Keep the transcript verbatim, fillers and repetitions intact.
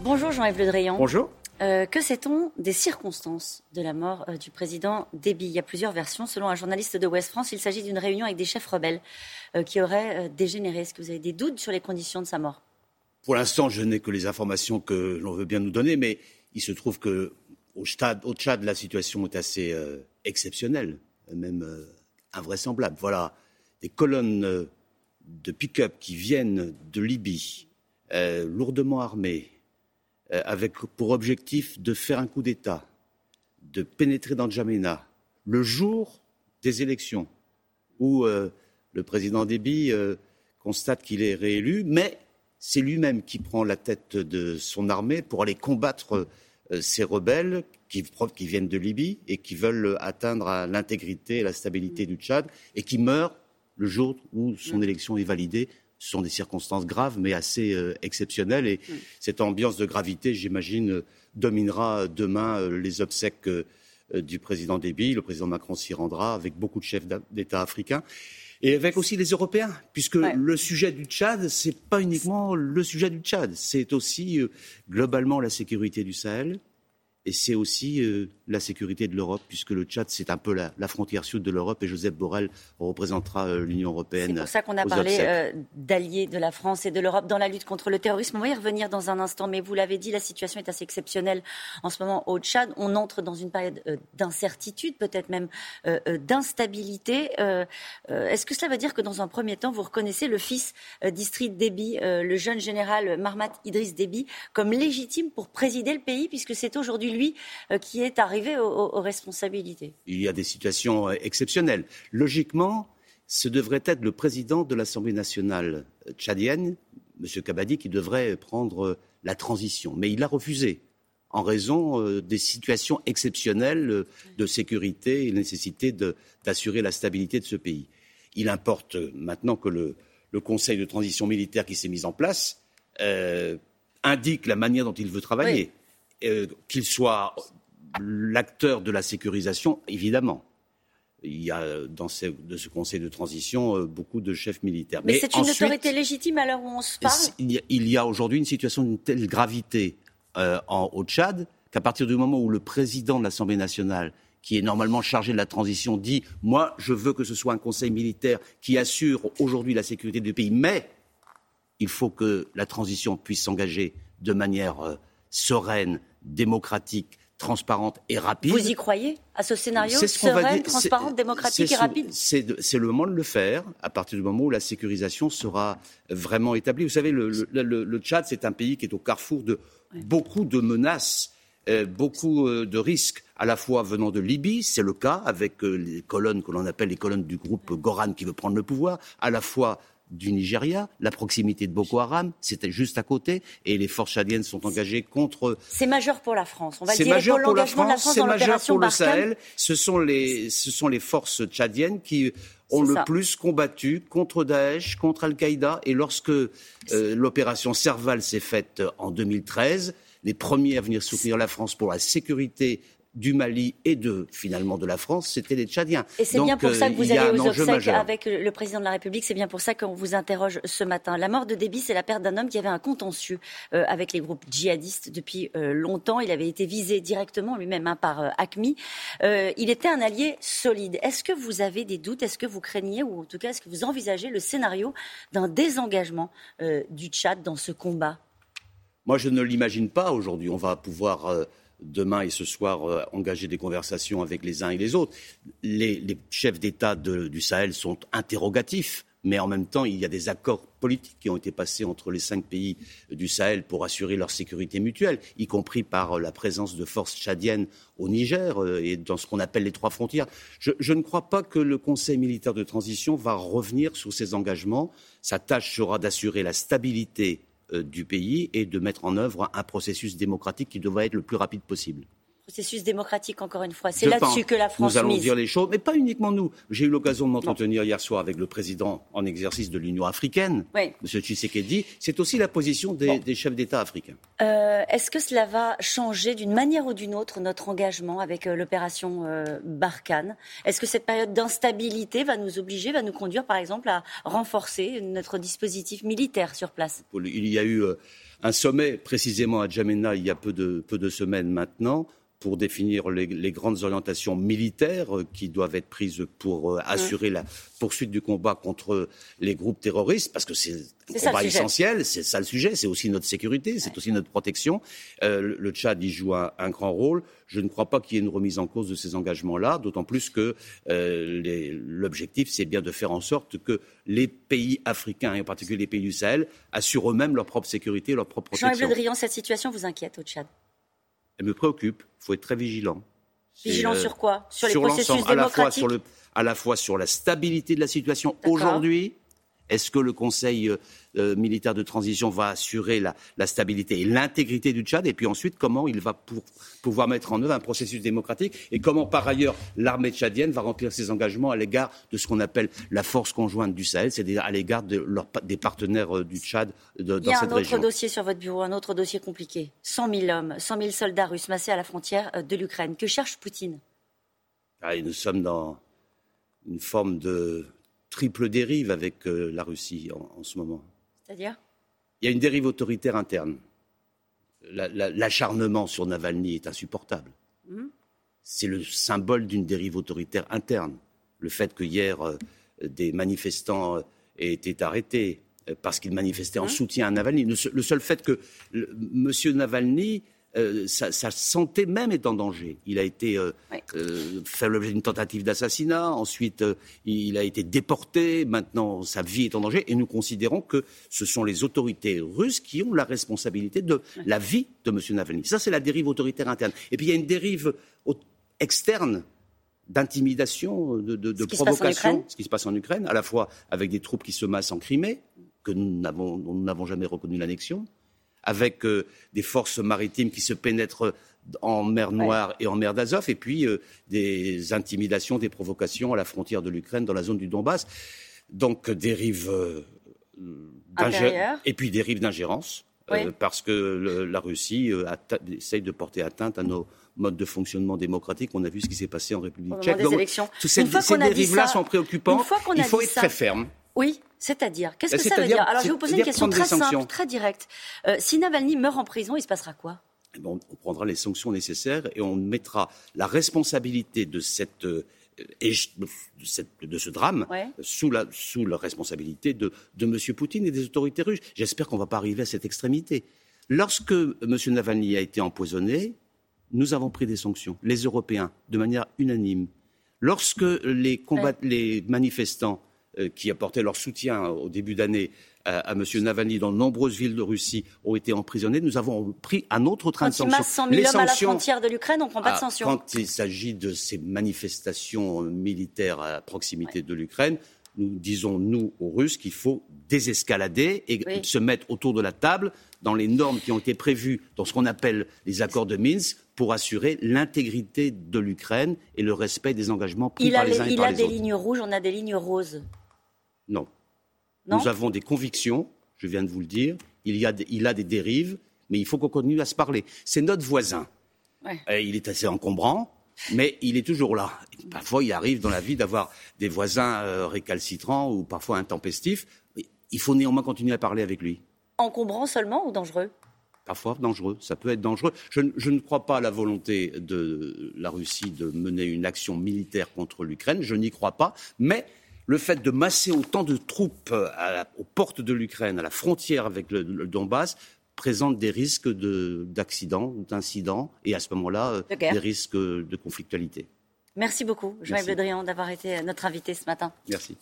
Bonjour Jean-Yves Le Drian. Bonjour. Euh, que sait-on des circonstances de la mort euh, du président Déby ? Il y a plusieurs versions. Selon un journaliste de Ouest France, il s'agit d'une réunion avec des chefs rebelles euh, qui auraient euh, dégénéré. Est-ce que vous avez des doutes sur les conditions de sa mort ? Pour l'instant, je n'ai que les informations que l'on veut bien nous donner, mais il se trouve qu'au Tchad, au Tchad, la situation est assez euh, exceptionnelle, même euh, invraisemblable. Voilà, des colonnes euh, de pick-up qui viennent de Libye, euh, lourdement armées, euh, avec pour objectif de faire un coup d'État, de pénétrer dans N'Djamena, le jour des élections, où euh, le président Déby euh, constate qu'il est réélu, mais c'est lui-même qui prend la tête de son armée pour aller combattre euh, ces rebelles qui, qui viennent de Libye et qui veulent atteindre à l'intégrité et la stabilité du Tchad et qui meurent le jour où son élection est validée. Ce sont des circonstances graves mais assez euh, exceptionnelles et mm. cette ambiance de gravité, j'imagine, euh, dominera demain euh, les obsèques euh, du président Déby. Le président Macron s'y rendra avec beaucoup de chefs d'État africains. Et avec aussi les Européens, puisque ouais. le sujet du Tchad, c'est pas uniquement le sujet du Tchad, c'est aussi euh, globalement la sécurité du Sahel, et c'est aussi euh, la sécurité de l'Europe, puisque le Tchad, c'est un peu la, la frontière sud de l'Europe, et Joseph Borrell représentera euh, l'Union européenne. C'est pour ça qu'on a parlé euh, d'alliés de la France et de l'Europe dans la lutte contre le terrorisme. On va y revenir dans un instant, mais vous l'avez dit, la situation est assez exceptionnelle en ce moment au Tchad. On entre dans une période euh, d'incertitude, peut-être même euh, euh, d'instabilité. Euh, euh, est-ce que cela veut dire que dans un premier temps, vous reconnaissez le fils euh, d'Idriss Déby, euh, le jeune général Mahamat Idriss Déby, comme légitime pour présider le pays, puisque c'est aujourd'hui lui euh, qui est arrivé aux, aux responsabilités? Il y a des situations exceptionnelles. Logiquement, ce devrait être le président de l'Assemblée nationale tchadienne, M. Kabadi, qui devrait prendre la transition. Mais il a refusé, en raison euh, des situations exceptionnelles euh, de sécurité et la nécessité de, d'assurer la stabilité de ce pays. Il importe maintenant que le, le Conseil de transition militaire qui s'est mis en place euh, indique la manière dont il veut travailler. Oui. Euh, qu'il soit l'acteur de la sécurisation, évidemment. Il y a dans ce, de ce conseil de transition euh, beaucoup de chefs militaires. Mais, Mais c'est une ensuite, autorité légitime à l'heure où on se parle. Il y a, il y a aujourd'hui une situation d'une telle gravité euh, en, au Tchad qu'à partir du moment où le président de l'Assemblée nationale, qui est normalement chargé de la transition, dit « Moi, je veux que ce soit un conseil militaire qui assure aujourd'hui la sécurité du pays, mais il faut que la transition puisse s'engager de manière euh, sereine, démocratique, transparente et rapide. » Vous y croyez à ce scénario c'est ce sereine, transparente, démocratique c'est, et rapide? c'est, c'est, c'est le moment de le faire, à partir du moment où la sécurisation sera vraiment établie. Vous savez, le, le, le, le Tchad, c'est un pays qui est au carrefour de oui. beaucoup de menaces, euh, beaucoup euh, de risques, à la fois venant de Libye, c'est le cas, avec euh, les colonnes que l'on appelle les colonnes du groupe Goran qui veut prendre le pouvoir, à la fois du Nigeria, la proximité de Boko Haram, c'était juste à côté, et les forces tchadiennes sont engagées contre... C'est majeur pour la France, on va c'est le dire, majeur pour l'engagement pour la France, de la France, dans l'opération pour Barkhane. le Sahel, ce sont les, ce sont les forces tchadiennes qui ont c'est le ça. plus combattu contre Daesh, contre Al-Qaïda, et lorsque euh, l'opération Serval s'est faite en deux mille treize, les premiers à venir soutenir la France pour la sécurité du Mali et de, finalement, de la France, c'était les Tchadiens. Et c'est Donc, bien pour ça que vous allez aux obsèques avec le président de la République, c'est bien pour ça qu'on vous interroge ce matin. La mort de Déby, c'est la perte d'un homme qui avait un contentieux euh, avec les groupes djihadistes depuis euh, longtemps. Il avait été visé directement lui-même hein, par euh, AQMI. Euh, il était un allié solide. Est-ce que vous avez des doutes? Est-ce que vous craignez, ou en tout cas, est-ce que vous envisagez le scénario d'un désengagement euh, du Tchad dans ce combat? Moi, je ne l'imagine pas aujourd'hui. On va pouvoir... Euh, demain et ce soir, euh, engager des conversations avec les uns et les autres. Les, les chefs d'État de, du Sahel sont interrogatifs, mais en même temps, il y a des accords politiques qui ont été passés entre les cinq pays du Sahel pour assurer leur sécurité mutuelle, y compris par euh, la présence de forces tchadiennes au Niger euh, et dans ce qu'on appelle les trois frontières. Je, je ne crois pas que le Conseil militaire de transition va revenir sur ses engagements. Sa tâche sera d'assurer la stabilité du pays et de mettre en œuvre un processus démocratique qui devrait être le plus rapide possible. Processus démocratique, encore une fois. C'est Je là-dessus pense. que la France Nous allons mise. dire les choses, mais pas uniquement nous. J'ai eu l'occasion de m'entretenir hier soir avec le président en exercice de l'Union africaine, oui. M. Tshisekedi. C'est aussi la position des, bon. des chefs d'État africains. Euh, est-ce que cela va changer d'une manière ou d'une autre notre engagement avec euh, l'opération euh, Barkhane ? Est-ce que cette période d'instabilité va nous obliger, va nous conduire, par exemple, à renforcer notre dispositif militaire sur place ? Il y a eu euh, un sommet précisément à Djamena il y a peu de, peu de semaines maintenant, pour définir les, les grandes orientations militaires qui doivent être prises pour euh, assurer mmh. la poursuite du combat contre les groupes terroristes, parce que c'est un c'est combat essentiel, c'est ça le sujet, c'est aussi notre sécurité, c'est ouais. aussi notre protection. Euh, le, le Tchad y joue un, un grand rôle. Je ne crois pas qu'il y ait une remise en cause de ces engagements-là, d'autant plus que euh, les, l'objectif, c'est bien de faire en sorte que les pays africains, et en particulier les pays du Sahel, assurent eux-mêmes leur propre sécurité, leur propre protection. Jean-Yves Le Drian, cette situation vous inquiète au Tchad ? Elle me préoccupe. Il faut être très vigilant. Vigilant euh, sur quoi ? Sur les sur processus l'ensemble, démocratiques à la fois sur le, à la fois sur la stabilité de la situation D'accord. aujourd'hui. Est-ce que le Conseil euh, militaire de transition va assurer la, la stabilité et l'intégrité du Tchad ? Et puis ensuite, comment il va pour, pouvoir mettre en œuvre un processus démocratique ? Et comment, par ailleurs, l'armée tchadienne va remplir ses engagements à l'égard de ce qu'on appelle la force conjointe du Sahel, c'est-à-dire à l'égard de leur, des partenaires euh, du Tchad de, dans cette région. Il y a un autre dossier sur votre bureau, un autre dossier compliqué. cent mille hommes, cent mille soldats russes massés à la frontière de l'Ukraine. Que cherche Poutine ? ah, et Nous sommes dans une forme de triple dérive avec euh, la Russie en, en ce moment. C'est-à-dire ? Il y a une dérive autoritaire interne. La, la, l'acharnement sur Navalny est insupportable. Mmh. C'est le symbole d'une dérive autoritaire interne. Le fait que hier, euh, des manifestants euh, aient été arrêtés euh, parce qu'ils manifestaient mmh. en soutien à Navalny. Le, le seul fait que le, M. Navalny... Euh, sa, sa santé même est en danger. Il a été euh, oui. euh, fait l'objet d'une tentative d'assassinat, ensuite euh, il a été déporté, maintenant sa vie est en danger et nous considérons que ce sont les autorités russes qui ont la responsabilité de oui. la vie de M. Navalny. Ça, c'est la dérive autoritaire interne. Et puis il y a une dérive externe d'intimidation, de, de, de provocation, ce qui se passe en Ukraine, à la fois avec des troupes qui se massent en Crimée, que nous n'avons, nous n'avons jamais reconnu l'annexion, avec euh, des forces maritimes qui se pénètrent en mer Noire ouais. et en mer d'Azov, et puis euh, des intimidations, des provocations à la frontière de l'Ukraine, dans la zone du Donbass. Donc dérive euh, d'ingé- et puis dérive d'ingérence, oui. euh, parce que le, la Russie euh, atta- essaye de porter atteinte à nos modes de fonctionnement démocratique. On a vu ce qui s'est passé en République Au tchèque. Des élections. Toutes ces, ces dérives-là ça, sont préoccupantes. Il faut être ça, très ferme. Oui, c'est-à-dire, qu'est-ce ben, que ça veut dire ? Alors, je vais vous poser une question très simple, très directe. Euh, si Navalny meurt en prison, il se passera quoi ? eh ben, on, on prendra les sanctions nécessaires et on mettra la responsabilité de, cette, euh, de, cette, de ce drame ouais. sous, la, sous la responsabilité de, de M. Poutine et des autorités russes. J'espère qu'on ne va pas arriver à cette extrémité. Lorsque M. Navalny a été empoisonné, nous avons pris des sanctions, les Européens, de manière unanime. Lorsque les, combat- ouais. les manifestants qui apportaient leur soutien au début d'année à, à M. Navalny dans de nombreuses villes de Russie ont été emprisonnés. Nous avons pris un autre train quand de sanctions. Quand il masse cent mille hommes à la frontière de l'Ukraine, on ne prend pas de sanctions. Quand il s'agit de ces manifestations militaires à proximité ouais. de l'Ukraine, nous disons, nous, aux Russes, qu'il faut désescalader et oui. se mettre autour de la table dans les normes qui ont été prévues dans ce qu'on appelle les accords de Minsk pour assurer l'intégrité de l'Ukraine et le respect des engagements pris il par a les uns les, et par les autres. Il a des lignes rouges, on a des lignes roses. Non. non. Nous avons des convictions, je viens de vous le dire. Il, y a des, il a des dérives, mais il faut qu'on continue à se parler. C'est notre voisin. Ouais. Euh, il est assez encombrant, mais il est toujours là. Et parfois, il arrive dans la vie d'avoir des voisins euh, récalcitrants ou parfois intempestifs. Il faut néanmoins continuer à parler avec lui. Encombrant seulement ou dangereux ? Parfois dangereux, ça peut être dangereux. Je, je ne crois pas à la volonté de la Russie de mener une action militaire contre l'Ukraine, je n'y crois pas, mais le fait de masser autant de troupes à la, aux portes de l'Ukraine, à la frontière avec le, le Donbass, présente des risques de, d'accidents, d'incidents, et à ce moment-là, de des risques de conflictualité. Merci beaucoup, Jean-Yves Le Drian, d'avoir été notre invité ce matin. Merci.